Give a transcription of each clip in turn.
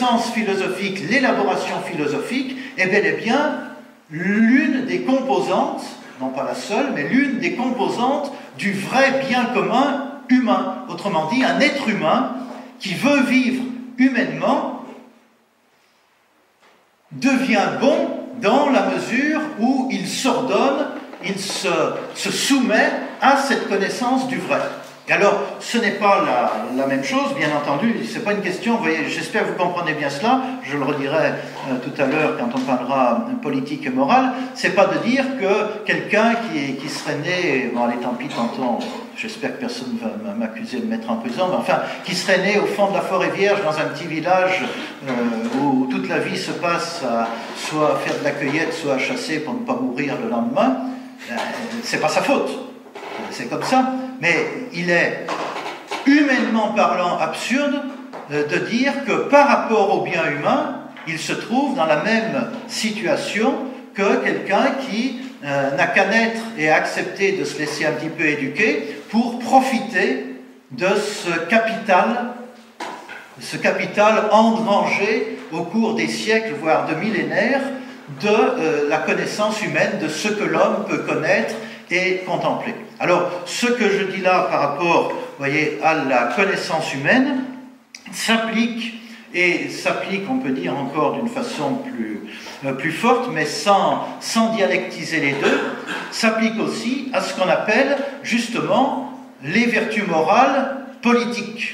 connaissance philosophique, l'élaboration philosophique est bel et bien l'une des composantes, non pas la seule, mais l'une des composantes du vrai bien commun humain. Autrement dit, un être humain qui veut vivre humainement devient bon dans la mesure où il s'ordonne, il se soumet à cette connaissance du vrai. Et alors, ce n'est pas la même chose, bien entendu, ce n'est pas une question, vous voyez, j'espère que vous comprenez bien cela, je le redirai tout à l'heure quand on parlera politique et morale, c'est pas de dire que quelqu'un qui serait né, bon allez tant pis, tantôt, j'espère que personne ne va m'accuser de me mettre en prison, mais enfin, qui serait né au fond de la forêt vierge dans un petit village où toute la vie se passe à soit faire de la cueillette, soit à chasser pour ne pas mourir le lendemain, c'est pas sa faute, c'est comme ça. Mais il est, humainement parlant, absurde de dire que par rapport au bien humain, il se trouve dans la même situation que quelqu'un qui n'a qu'à naître et accepter de se laisser un petit peu éduquer pour profiter de ce capital engrangé au cours des siècles, voire de millénaires, de la connaissance humaine, de ce que l'homme peut connaître et contempler. Alors, ce que je dis là par rapport, vous voyez, à la connaissance humaine, s'applique, on peut dire encore d'une façon plus forte, mais sans dialectiser les deux, s'applique aussi à ce qu'on appelle justement les vertus morales politiques.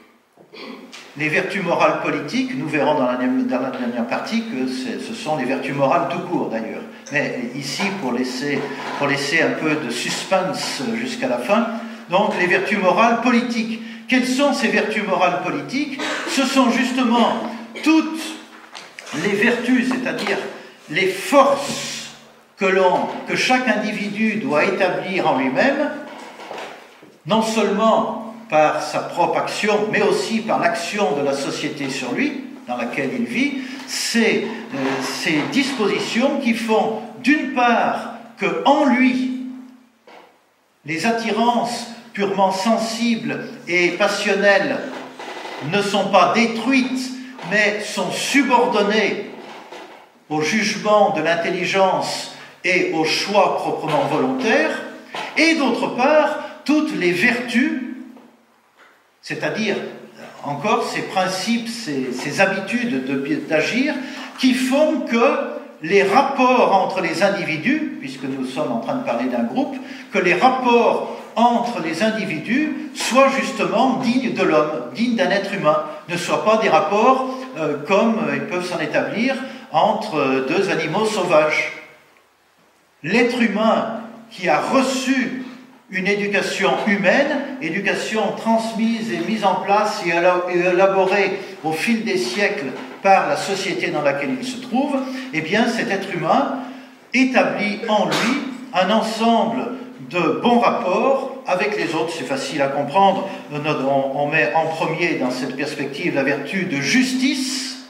Les vertus morales politiques, nous verrons dans la dernière partie que ce sont les vertus morales tout court d'ailleurs. Mais ici, pour laisser un peu de suspense jusqu'à la fin, donc les vertus morales politiques. Quelles sont ces vertus morales politiques? Ce sont justement toutes les vertus, c'est-à-dire les forces que chaque individu doit établir en lui-même, non seulement par sa propre action, mais aussi par l'action de la société sur lui, dans laquelle il vit, ces dispositions qui font, d'une part, qu'en lui, les attirances purement sensibles et passionnelles ne sont pas détruites, mais sont subordonnées au jugement de l'intelligence et au choix proprement volontaire, et d'autre part, toutes les vertus, c'est-à-dire encore ces principes, ces habitudes d'agir, qui font que les rapports entre les individus, puisque nous sommes en train de parler d'un groupe, que les rapports entre les individus soient justement dignes de l'homme, dignes d'un être humain, ne soient pas des rapports comme ils peuvent s'en établir entre deux animaux sauvages. L'être humain qui a reçu une éducation humaine, éducation transmise et mise en place et élaborée au fil des siècles par la société dans laquelle il se trouve, eh bien cet être humain établit en lui un ensemble de bons rapports avec les autres. C'est facile à comprendre. On met en premier dans cette perspective la vertu de justice,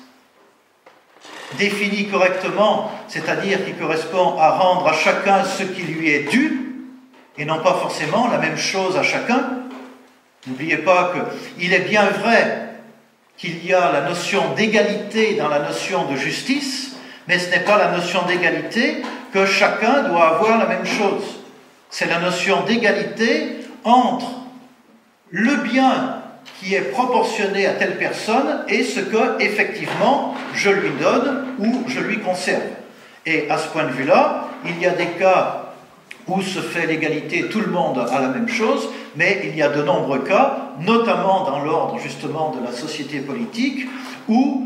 définie correctement, c'est-à-dire qui correspond à rendre à chacun ce qui lui est dû, et non pas forcément la même chose à chacun. N'oubliez pas qu'il est bien vrai qu'il y a la notion d'égalité dans la notion de justice, mais ce n'est pas la notion d'égalité que chacun doit avoir la même chose. C'est la notion d'égalité entre le bien qui est proportionné à telle personne et ce que, effectivement, je lui donne ou je lui conserve. Et à ce point de vue-là, il y a des cas où se fait l'égalité, tout le monde a la même chose, mais il y a de nombreux cas, notamment dans l'ordre justement de la société politique, où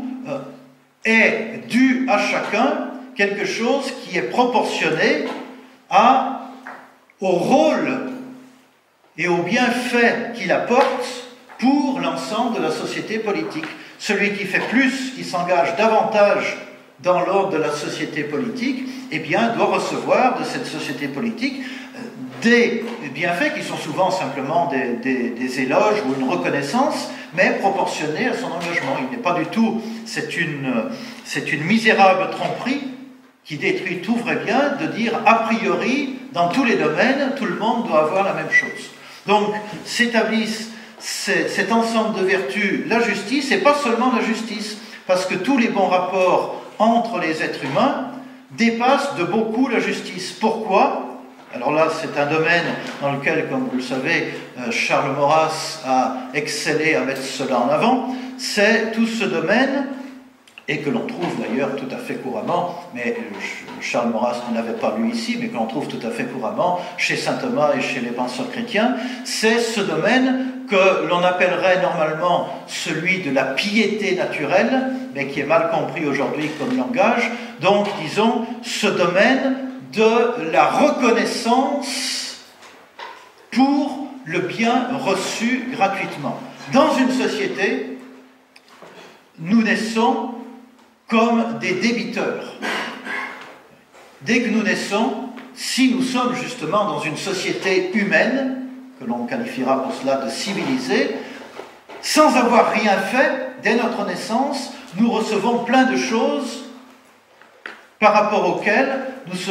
est dû à chacun quelque chose qui est proportionné au rôle et aux bienfaits qu'il apporte pour l'ensemble de la société politique. Celui qui fait plus, qui s'engage davantage dans l'ordre de la société politique, eh bien, doit recevoir de cette société politique des bienfaits qui sont souvent simplement des éloges ou une reconnaissance, mais proportionnés à son engagement. Il n'est pas du tout... C'est une misérable tromperie qui détruit tout vrai bien de dire a priori, dans tous les domaines, tout le monde doit avoir la même chose. Donc, s'établissent cet ensemble de vertus, la justice, et pas seulement la justice, parce que tous les bons rapports entre les êtres humains dépassent de beaucoup la justice. Pourquoi? Alors là, c'est un domaine dans lequel, comme vous le savez, Charles Maurras a excellé à mettre cela en avant. C'est tout ce domaine, et que l'on trouve d'ailleurs tout à fait couramment, mais Charles Maurras ne l'avait pas lu ici, mais que l'on trouve tout à fait couramment chez saint Thomas et chez les penseurs chrétiens, c'est ce domaine que l'on appellerait normalement celui de la piété naturelle, mais qui est mal compris aujourd'hui comme langage. Donc, disons, ce domaine de la reconnaissance pour le bien reçu gratuitement. Dans une société, nous naissons comme des débiteurs. Dès que nous naissons, si nous sommes justement dans une société humaine, que l'on qualifiera pour cela de civilisée, sans avoir rien fait, dès notre naissance, nous recevons plein de choses par rapport auxquelles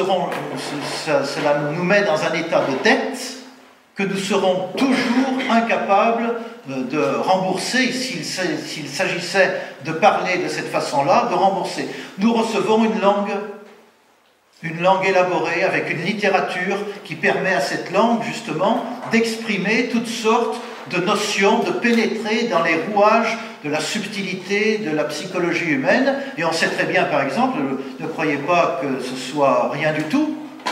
cela nous met dans un état de dette que nous serons toujours incapables de rembourser, s'il s'agissait de parler de cette façon-là, de rembourser. Nous recevons une langue élaborée avec une littérature qui permet à cette langue, justement, d'exprimer toutes sortes de notions, de pénétrer dans les rouages de la subtilité de la psychologie humaine. Et on sait très bien, par exemple, ne croyez pas que ce soit rien du tout,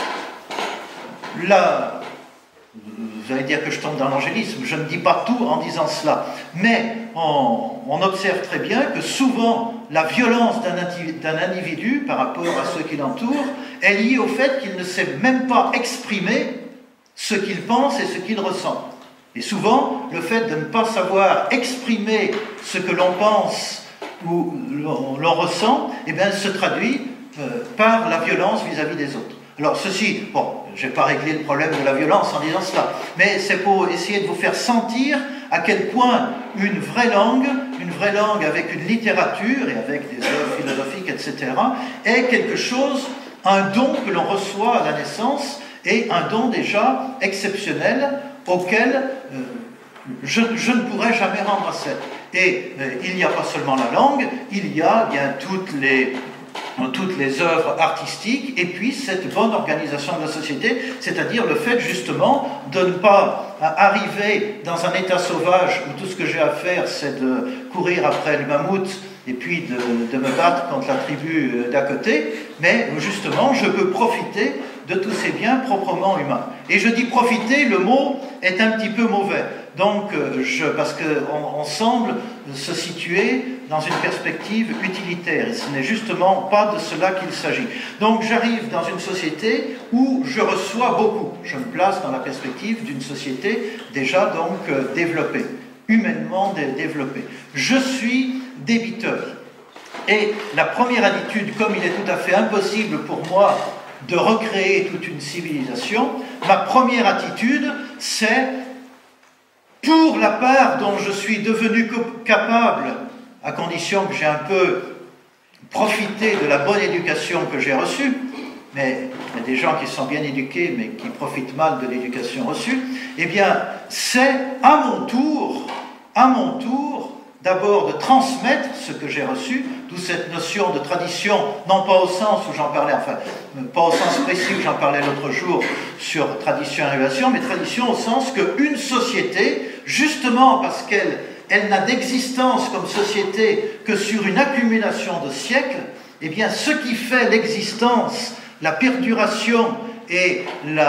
là, vous allez dire que je tombe dans l'angélisme, je ne dis pas tout en disant cela, mais on observe très bien que souvent la violence d'un individu par rapport à ceux qui l'entourent est liée au fait qu'il ne sait même pas exprimer ce qu'il pense et ce qu'il ressent. Et souvent, le fait de ne pas savoir exprimer ce que l'on pense ou l'on ressent, eh bien, se traduit par la violence vis-à-vis des autres. Alors ceci, bon, je ne vais pas régler le problème de la violence en disant cela, mais c'est pour essayer de vous faire sentir à quel point une vraie langue avec une littérature et avec des œuvres philosophiques, etc., est quelque chose, un don que l'on reçoit à la naissance, et un don déjà exceptionnel auquel je ne pourrais jamais rendre accès. Et il n'y a pas seulement la langue, il y a bien toutes les œuvres artistiques, et puis cette bonne organisation de la société, c'est-à-dire le fait justement de ne pas arriver dans un état sauvage où tout ce que j'ai à faire c'est de courir après le mammouth et puis de me battre contre la tribu d'à côté, mais justement je peux profiter de tous ces biens proprement humains. Et je dis profiter, le mot est un petit peu mauvais, donc parce qu'on semble se situer dans une perspective utilitaire, et ce n'est justement pas de cela qu'il s'agit. Donc j'arrive dans une société où je reçois beaucoup. Je me place dans la perspective d'une société déjà donc développée, humainement développée. Je suis débiteur. Et la première attitude, comme il est tout à fait impossible pour moi de recréer toute une civilisation, ma première attitude, c'est pour la part dont je suis devenu capable, à condition que j'ai un peu profité de la bonne éducation que j'ai reçue, mais il y a des gens qui sont bien éduqués, mais qui profitent mal de l'éducation reçue, eh bien, c'est à mon tour, d'abord de transmettre ce que j'ai reçu, d'où cette notion de tradition, non pas au sens où j'en parlais, enfin, pas au sens précis où j'en parlais l'autre jour sur tradition et révélation, mais tradition au sens qu'une société, justement parce qu'elle n'a d'existence comme société que sur une accumulation de siècles, eh bien, ce qui fait l'existence, la perduration et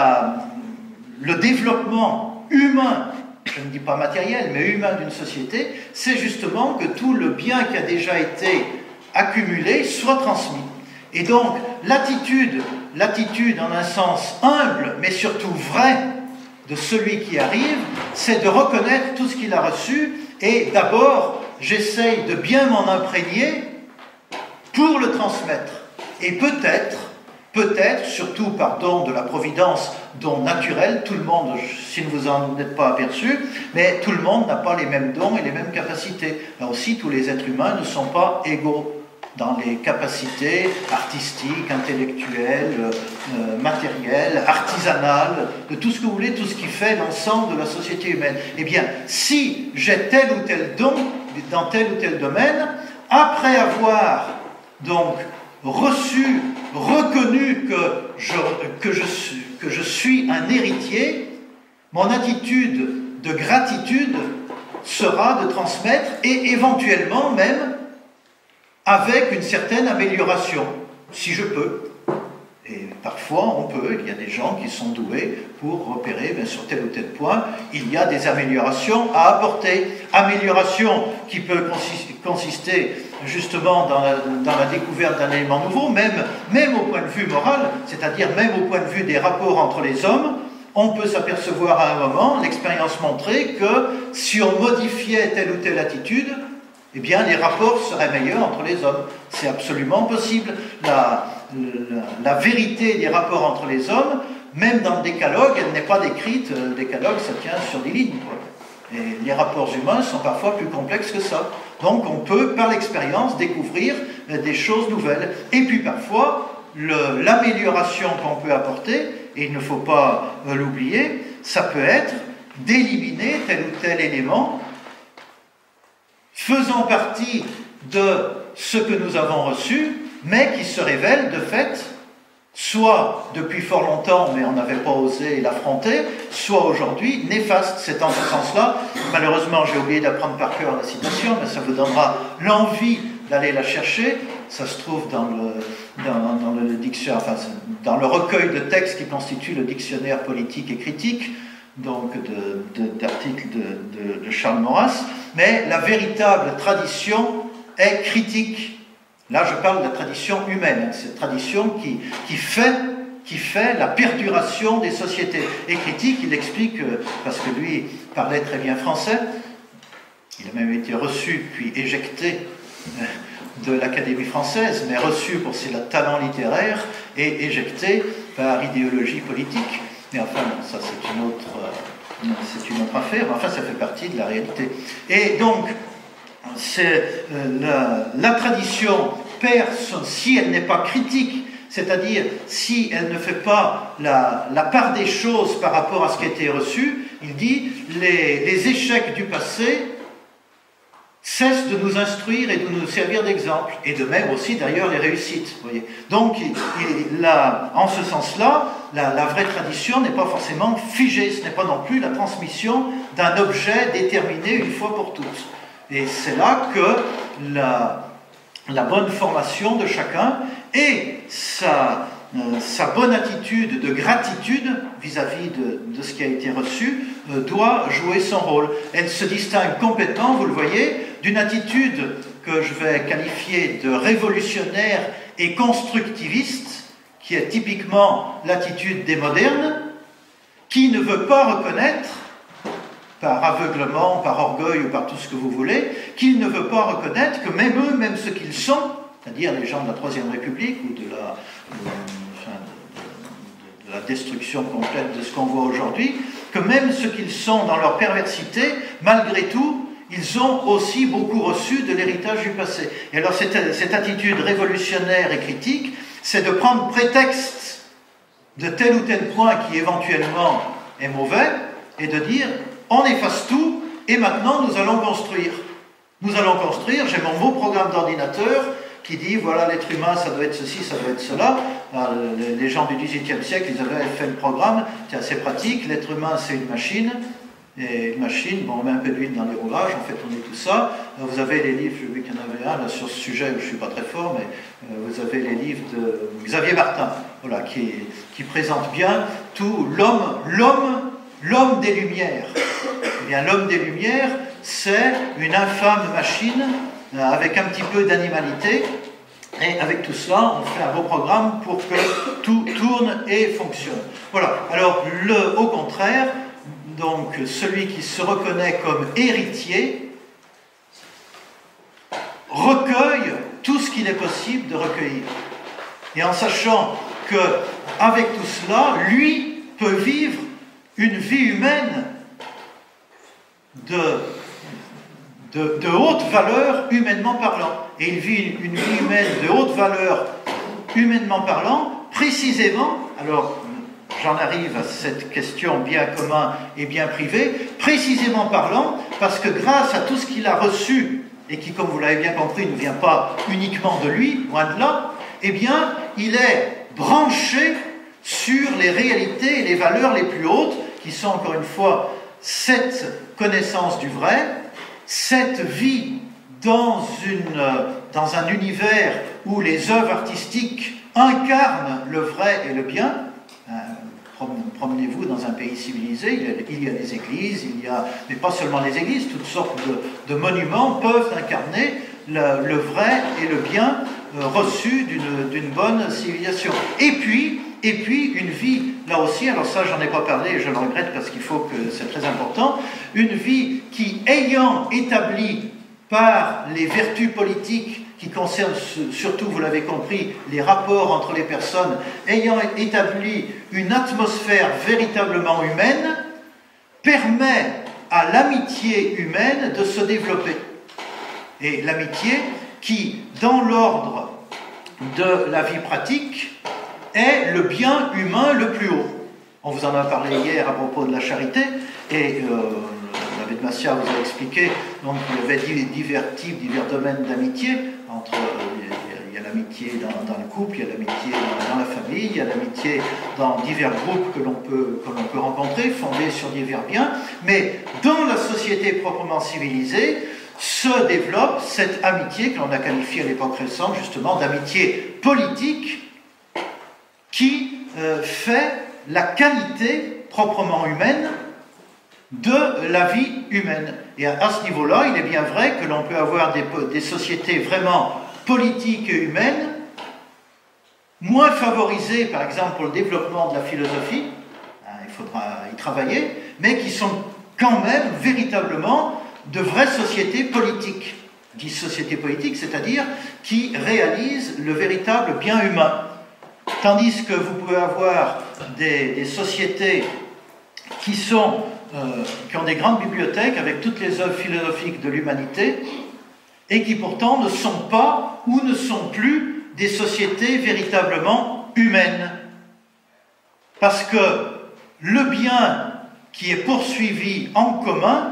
le développement humain, je ne dis pas matériel, mais humain d'une société, c'est justement que tout le bien qui a déjà été accumulé soit transmis. Et donc, l'attitude en un sens humble, mais surtout vrai, de celui qui arrive, c'est de reconnaître tout ce qu'il a reçu, et d'abord, j'essaye de bien m'en imprégner pour le transmettre. Et peut-être, surtout par don de la providence, don naturel, tout le monde, si vous en êtes pas aperçu, mais tout le monde n'a pas les mêmes dons et les mêmes capacités. Là aussi, tous les êtres humains ne sont pas égaux dans les capacités artistiques, intellectuelles, matérielles, artisanales, de tout ce que vous voulez, tout ce qui fait l'ensemble de la société humaine. Eh bien, si j'ai tel ou tel don dans tel ou tel domaine, après avoir donc reçu, reconnu que je suis un héritier, mon attitude de gratitude sera de transmettre et éventuellement même avec une certaine amélioration, si je peux. Et parfois, on peut, il y a des gens qui sont doués pour repérer, bien, sur tel ou tel point, il y a des améliorations à apporter. Amélioration qui peut consister justement dans la découverte d'un élément nouveau, même au point de vue moral, c'est-à-dire même au point de vue des rapports entre les hommes. On peut s'apercevoir à un moment, l'expérience montrait que si on modifiait telle ou telle attitude, eh bien les rapports seraient meilleurs entre les hommes. C'est absolument possible. La vérité des rapports entre les hommes, même dans le décalogue, elle n'est pas décrite. Le décalogue, ça tient sur des lignes, quoi. Et les rapports humains sont parfois plus complexes que ça. Donc on peut, par l'expérience, découvrir des choses nouvelles. Et puis parfois, l'amélioration qu'on peut apporter, et il ne faut pas l'oublier, ça peut être d'éliminer tel ou tel élément faisant partie de ce que nous avons reçu, mais qui se révèle de fait, soit depuis fort longtemps, mais on n'avait pas osé l'affronter, soit aujourd'hui néfaste. C'est en ce sens-là, malheureusement j'ai oublié d'apprendre par cœur la citation, mais ça vous donnera l'envie d'aller la chercher. Ça se trouve dans le dictionnaire, enfin, dans le recueil de textes qui constitue le dictionnaire politique et critique, donc d'articles de Charles Maurras, mais la véritable tradition est critique. Là, je parle de la tradition humaine, cette tradition qui fait la perduration des sociétés. Et critique, il explique, parce que lui parlait très bien français, il a même été reçu puis éjecté de l'Académie française, mais reçu pour ses talents littéraires et éjecté par idéologie politique. Mais enfin, ça c'est une autre affaire, enfin ça fait partie de la réalité. Et donc, la tradition perd, si elle n'est pas critique, c'est-à-dire si elle ne fait pas la part des choses par rapport à ce qui a été reçu, il dit les échecs du passé cessent de nous instruire et de nous servir d'exemple, et de même aussi d'ailleurs les réussites. Vous voyez. Donc, en ce sens-là, la vraie tradition n'est pas forcément figée, ce n'est pas non plus la transmission d'un objet déterminé une fois pour toutes. Et c'est là que la bonne formation de chacun et sa bonne attitude de gratitude vis-à-vis de ce qui a été reçu doit jouer son rôle. Elle se distingue complètement, vous le voyez, d'une attitude que je vais qualifier de révolutionnaire et constructiviste, qui est typiquement l'attitude des modernes, qui ne veut pas reconnaître, par aveuglement, par orgueil ou par tout ce que vous voulez, qu'il ne veut pas reconnaître que même eux, même ce qu'ils sont, c'est-à-dire les gens de la Troisième République ou de la destruction complète de ce qu'on voit aujourd'hui, que même ce qu'ils sont dans leur perversité, malgré tout, ils ont aussi beaucoup reçu de l'héritage du passé. Et alors cette attitude révolutionnaire et critique, c'est de prendre prétexte de tel ou tel point qui éventuellement est mauvais, et de dire, on efface tout, et maintenant nous allons construire. Nous allons construire, j'ai mon beau programme d'ordinateur, qui dit, voilà, l'être humain, ça doit être ceci, ça doit être cela. Alors, les gens du XVIIIe siècle, ils avaient fait le programme, c'est assez pratique, l'être humain, c'est une machine, et une machine, bon, on met un peu d'huile dans les rouages, on fait tourner tout ça. Alors, vous avez les livres, j'ai vu qu'il y en avait un là, sur ce sujet, où je ne suis pas très fort, mais vous avez les livres de Xavier Martin, voilà, qui présente bien tout l'homme des Lumières. Eh bien, l'homme des Lumières, c'est une infâme machine avec un petit peu d'animalité, et avec tout cela, on fait un beau programme pour que tout tourne et fonctionne. Voilà. Alors, au contraire, donc celui qui se reconnaît comme héritier recueille tout ce qu'il est possible de recueillir. Et en sachant qu'avec tout cela, lui peut vivre une vie humaine de haute valeur, humainement parlant. Et il vit une vie humaine de haute valeur, humainement parlant, précisément, alors j'en arrive à cette question bien commun et bien privé, précisément parlant, parce que grâce à tout ce qu'il a reçu et qui, comme vous l'avez bien compris, ne vient pas uniquement de lui, loin de là, eh bien, il est branché sur les réalités et les valeurs les plus hautes, qui sont encore une fois cette connaissance du vrai, cette vie dans un univers où les œuvres artistiques incarnent le vrai et le bien. Promenez-vous dans un pays civilisé, il y a des églises, mais pas seulement les églises, toutes sortes de monuments peuvent incarner le vrai et le bien reçu d'une bonne civilisation. Et puis, une vie, là aussi, alors ça j'en ai pas parlé et je le regrette parce qu'il faut que c'est très important, une vie qui, ayant établi par les vertus politiques qui concernent surtout, vous l'avez compris, les rapports entre les personnes, ayant établi une atmosphère véritablement humaine, permet à l'amitié humaine de se développer. Et l'amitié qui, dans l'ordre de la vie pratique, est le bien humain le plus haut. On vous en a parlé hier à propos de la charité, et l'abbé de Massia vous a expliqué, donc il y avait divers types, divers domaines d'amitié, il y a l'amitié dans le couple, il y a l'amitié dans la famille, il y a l'amitié dans divers groupes que l'on peut rencontrer, fondés sur divers biens, mais dans la société proprement civilisée, se développe cette amitié que l'on a qualifiée à l'époque récente justement d'amitié politique qui fait la qualité proprement humaine de la vie humaine. Et à ce niveau-là, il est bien vrai que l'on peut avoir des sociétés vraiment politiques et humaines, moins favorisées par exemple pour le développement de la philosophie, il faudra y travailler, mais qui sont quand même véritablement de vraies sociétés politiques. Je dis sociétés politiques, c'est-à-dire qui réalisent le véritable bien humain. Tandis que vous pouvez avoir des sociétés qui ont des grandes bibliothèques avec toutes les œuvres philosophiques de l'humanité et qui pourtant ne sont pas ou ne sont plus des sociétés véritablement humaines. Parce que le bien qui est poursuivi en commun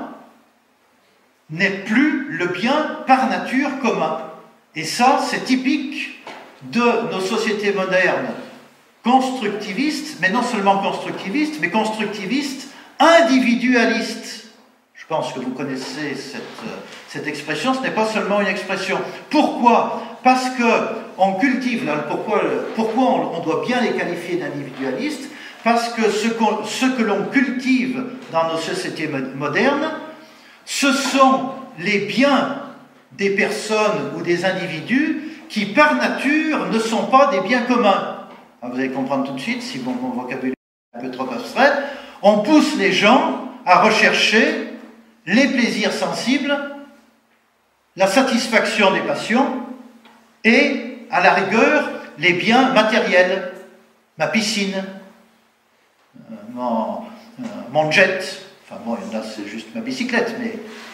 n'est plus le bien par nature commun. Et ça, c'est typique de nos sociétés modernes constructivistes, mais non seulement constructivistes, mais constructivistes individualistes. Je pense que vous connaissez cette expression, ce n'est pas seulement une expression. Pourquoi ? Parce qu'on cultive, là, pourquoi on doit bien les qualifier d'individualistes ? Parce que ce que l'on cultive dans nos sociétés modernes, ce sont les biens des personnes ou des individus qui, par nature, ne sont pas des biens communs. Alors, vous allez comprendre tout de suite, si mon vocabulaire est un peu trop abstrait, on pousse les gens à rechercher les plaisirs sensibles, la satisfaction des passions et, à la rigueur, les biens matériels. Ma piscine, mon jet, enfin bon, là c'est juste ma bicyclette, mais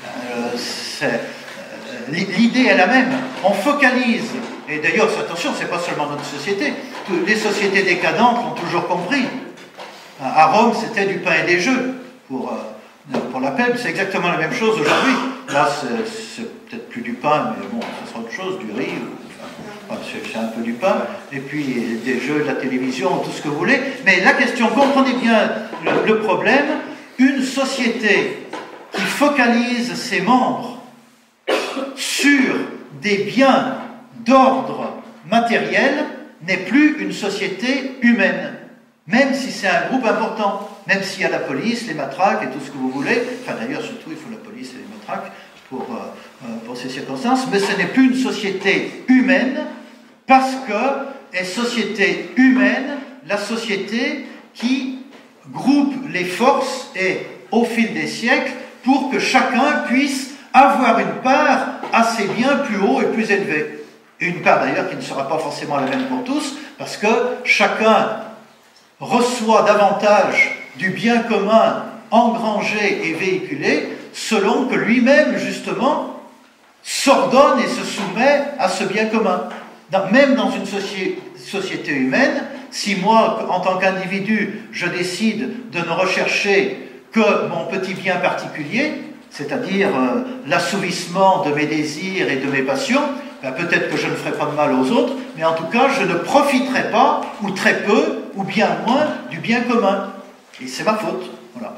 l'idée est la même. On focalise, et d'ailleurs, attention, c'est pas seulement notre société, les sociétés décadentes l'ont toujours compris. À Rome, c'était du pain et des jeux pour la plèbe, c'est exactement la même chose aujourd'hui. Là, c'est peut-être plus du pain, mais bon, ce sera autre chose, du riz, c'est un peu du pain, et puis des jeux, de la télévision, tout ce que vous voulez. Mais la question, comprenez bien le problème, une société qui focalise ses membres sur des biens d'ordre matériel n'est plus une société humaine, même si c'est un groupe important, même s'il y a la police, les matraques et tout ce que vous voulez, enfin d'ailleurs surtout il faut la police et les matraques pour ces circonstances, mais ce n'est plus une société humaine, parce que est société humaine la société qui groupe les forces et au fil des siècles pour que chacun puisse avoir une part assez bien plus haut et plus élevée. Et une part d'ailleurs qui ne sera pas forcément la même pour tous, parce que chacun reçoit davantage du bien commun engrangé et véhiculé selon que lui-même, justement, s'ordonne et se soumet à ce bien commun. Même dans une société humaine, si moi, en tant qu'individu, je décide de ne rechercher que mon petit bien particulier, c'est-à-dire l'assouvissement de mes désirs et de mes passions, ben peut-être que je ne ferai pas de mal aux autres, mais en tout cas, je ne profiterai pas, ou très peu, ou bien moins, du bien commun. Et c'est ma faute. Voilà.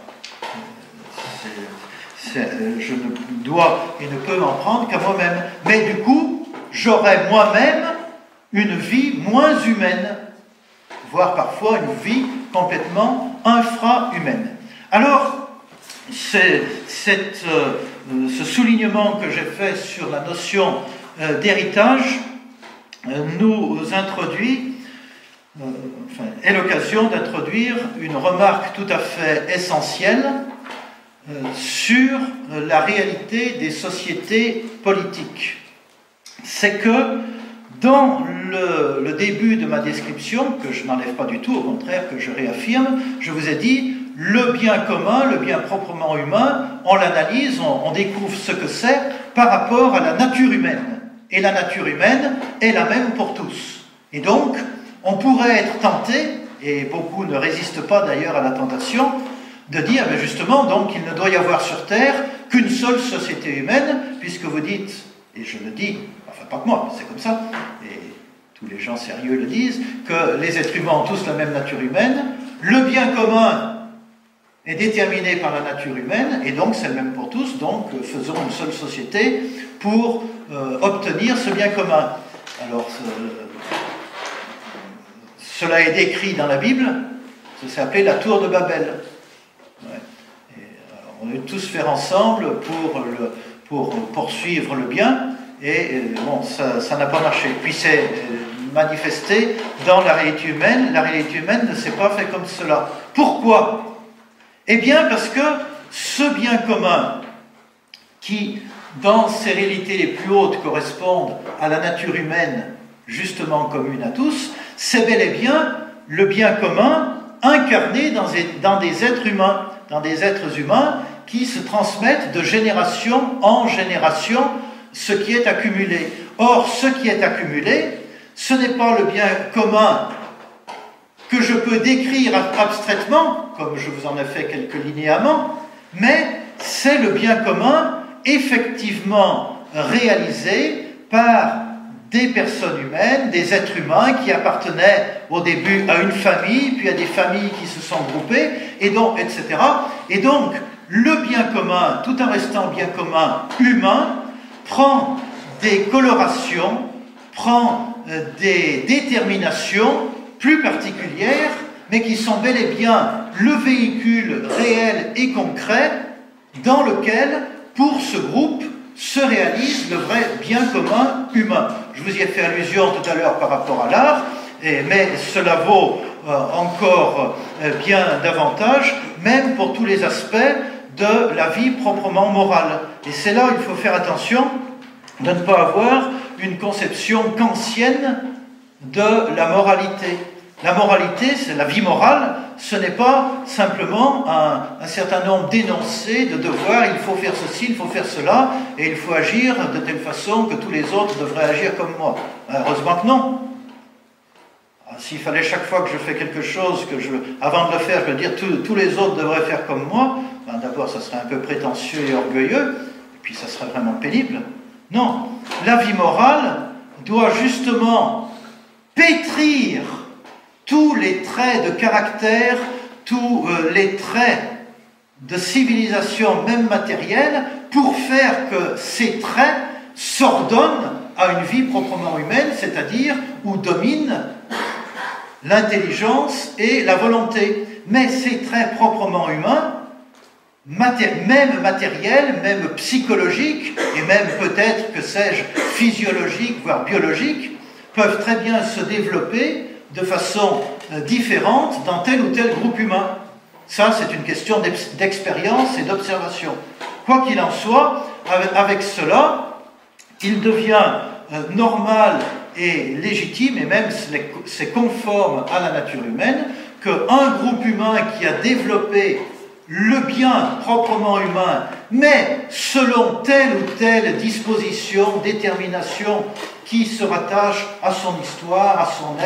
Je ne dois et ne peux m'en prendre qu'à moi-même. Mais du coup, j'aurai moi-même une vie moins humaine, voire parfois une vie complètement infra-humaine. Alors, ce soulignement que j'ai fait sur la notion d'héritage nous introduit, est l'occasion d'introduire une remarque tout à fait essentielle sur la réalité des sociétés politiques. C'est que dans le début de ma description, que je n'enlève pas du tout, au contraire que je réaffirme, je vous ai dit, le bien commun, le bien proprement humain, on l'analyse, on découvre ce que c'est par rapport à la nature humaine. Et la nature humaine est la même pour tous. Et donc, on pourrait être tenté, et beaucoup ne résistent pas d'ailleurs à la tentation, de dire, mais justement, donc, il ne doit y avoir sur Terre qu'une seule société humaine, puisque vous dites, et je le dis, enfin pas que moi, c'est comme ça, et tous les gens sérieux le disent, que les êtres humains ont tous la même nature humaine, le bien commun est déterminé par la nature humaine, et donc c'est le même pour tous, donc faisons une seule société pour obtenir ce bien commun. Alors, cela est décrit dans la Bible, ça s'est appelé la tour de Babel. Ouais. On a tous faire ensemble pour poursuivre le bien, et bon, ça n'a pas marché. Puis c'est manifesté dans la réalité humaine. La réalité humaine ne s'est pas fait comme cela. Pourquoi ? Eh bien parce que ce bien commun, qui dans ses réalités les plus hautes correspondent à la nature humaine justement commune à tous, c'est bel et bien le bien commun incarné dans des êtres humains, qui se transmettent de génération en génération ce qui est accumulé. Or, ce qui est accumulé, ce n'est pas le bien commun que je peux décrire abstraitement, comme je vous en ai fait quelques linéaments, mais c'est le bien commun effectivement réalisé par des personnes humaines, des êtres humains qui appartenaient au début à une famille, puis à des familles qui se sont groupées, et donc, etc. Et donc, le bien commun, tout en restant bien commun humain, prend des colorations, prend des déterminations plus particulières, mais qui sont bel et bien le véhicule réel et concret dans lequel, pour ce groupe, se réalise le vrai bien commun humain. Je vous y ai fait allusion tout à l'heure par rapport à l'art, mais cela vaut encore bien davantage, même pour tous les aspects de la vie proprement morale. Et c'est là où il faut faire attention de ne pas avoir une conception kantienne de la moralité. La moralité, c'est la vie morale, ce n'est pas simplement un certain nombre d'énoncés, de devoirs, il faut faire ceci, il faut faire cela, et il faut agir de telle façon que tous les autres devraient agir comme moi. Heureusement que non. S'il fallait chaque fois que je fais quelque chose, avant de le faire, je veux dire tous les autres devraient faire comme moi, ben d'abord ça serait un peu prétentieux et orgueilleux, et puis ça serait vraiment pénible. Non, la vie morale doit justement pétrir tous les traits de caractère, tous les traits de civilisation, même matérielle, pour faire que ces traits s'ordonnent à une vie proprement humaine, c'est-à-dire où domine l'intelligence et la volonté. Mais ces traits proprement humains, même matériels, même psychologiques, et même peut-être, que sais-je, physiologiques, voire biologiques, peuvent très bien se développer de façon différente dans tel ou tel groupe humain. Ça, c'est une question d'expérience et d'observation. Quoi qu'il en soit, avec cela, il devient normal et légitime, et même c'est conforme à la nature humaine, qu'un groupe humain qui a développé le bien proprement humain, mais selon telle ou telle disposition, détermination qui se rattache à son histoire, à son être,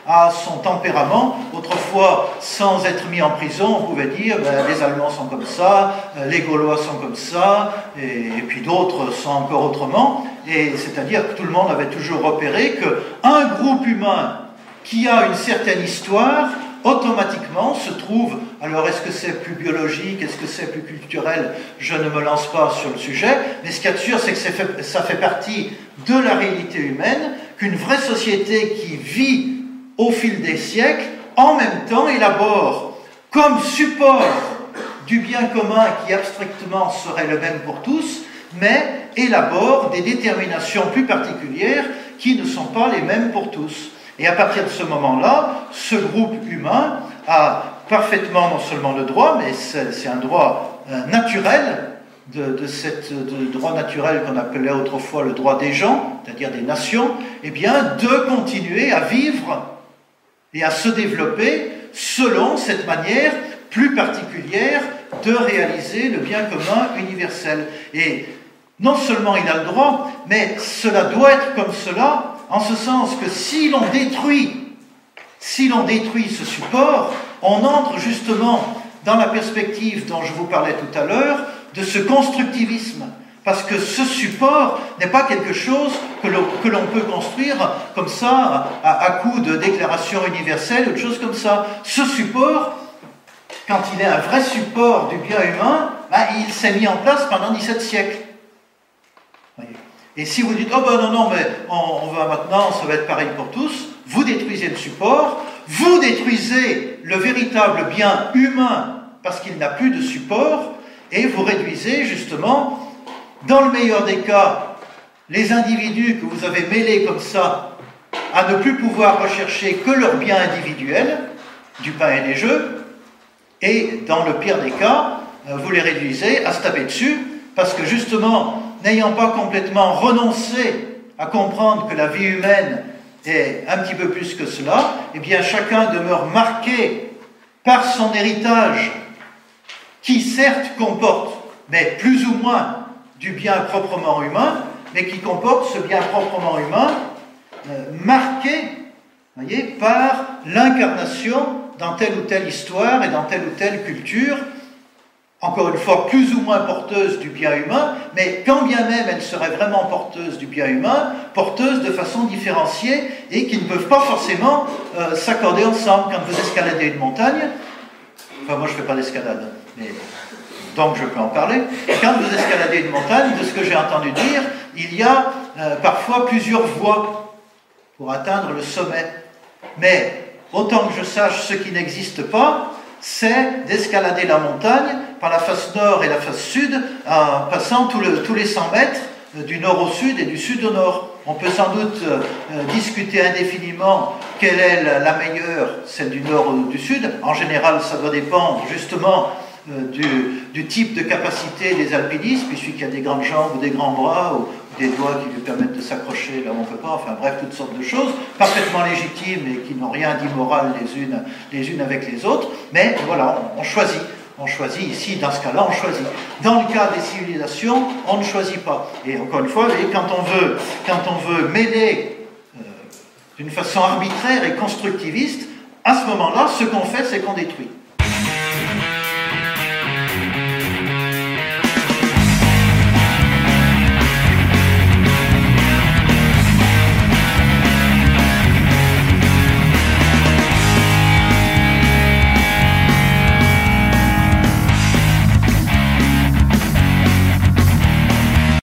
à son tempérament. Autrefois, sans être mis en prison, on pouvait dire les Allemands sont comme ça, les Gaulois sont comme ça, et puis d'autres sont encore autrement. Et c'est-à-dire que tout le monde avait toujours repéré qu'un groupe humain qui a une certaine histoire, automatiquement se trouve, alors est-ce que c'est plus biologique, est-ce que c'est plus culturel, je ne me lance pas sur le sujet, mais ce qu'il y a de sûr, c'est que ça fait partie de la réalité humaine, qu'une vraie société qui vit au fil des siècles, en même temps élabore comme support du bien commun qui abstraitement serait le même pour tous, mais élabore des déterminations plus particulières qui ne sont pas les mêmes pour tous. Et à partir de ce moment-là, ce groupe humain a parfaitement non seulement le droit, mais c'est un droit naturel, de droit naturel qu'on appelait autrefois le droit des gens, c'est-à-dire des nations, eh bien, de continuer à vivre et à se développer selon cette manière plus particulière de réaliser le bien commun universel. Et non seulement il a le droit, mais cela doit être comme cela, en ce sens que si l'on détruit ce support, on entre justement dans la perspective dont je vous parlais tout à l'heure, de ce constructivisme. Parce que ce support n'est pas quelque chose que l'on peut construire comme ça, à coup de déclaration universelle ou de choses comme ça. Ce support, quand il est un vrai support du bien humain, il s'est mis en place pendant 17 siècles. Et si vous dites, oh ben non, mais on va maintenant, ça va être pareil pour tous, vous détruisez le support, vous détruisez le véritable bien humain parce qu'il n'a plus de support, et vous réduisez justement, dans le meilleur des cas, les individus que vous avez mêlés comme ça, à ne plus pouvoir rechercher que leur bien individuel, du pain et des jeux, et dans le pire des cas, vous les réduisez à se taper dessus, parce que justement, n'ayant pas complètement renoncé à comprendre que la vie humaine est un petit peu plus que cela, eh bien chacun demeure marqué par son héritage, qui certes comporte, mais plus ou moins, du bien proprement humain, mais qui comporte ce bien proprement humain marqué, voyez, par l'incarnation dans telle ou telle histoire et dans telle ou telle culture, encore une fois, plus ou moins porteuse du bien humain, mais quand bien même elle serait vraiment porteuse du bien humain, porteuse de façon différenciée et qui ne peuvent pas forcément s'accorder ensemble. Quand vous escaladez une montagne, enfin moi je ne fais pas d'escalade, mais donc je peux en parler, quand vous escaladez une montagne, de ce que j'ai entendu dire, il y a parfois plusieurs voies pour atteindre le sommet. Mais autant que je sache, ce qui n'existe pas, c'est d'escalader la montagne par la face nord et la face sud, en passant tous les 100 mètres du nord au sud et du sud au nord. On peut sans doute discuter indéfiniment quelle est la meilleure, celle du nord ou du sud. En général, ça doit dépendre justement du type de capacité des alpinistes, puisqu'il y a des grandes jambes ou des grands bras, ou des doigts qui lui permettent de s'accrocher là où on ne peut pas, enfin bref, toutes sortes de choses, parfaitement légitimes et qui n'ont rien d'immoral les unes avec les autres, mais voilà, on choisit. On choisit ici, dans ce cas-là, on choisit. Dans le cas des civilisations, on ne choisit pas. Et encore une fois, vous voyez, quand on veut mêler d'une façon arbitraire et constructiviste, à ce moment-là, ce qu'on fait, c'est qu'on détruit.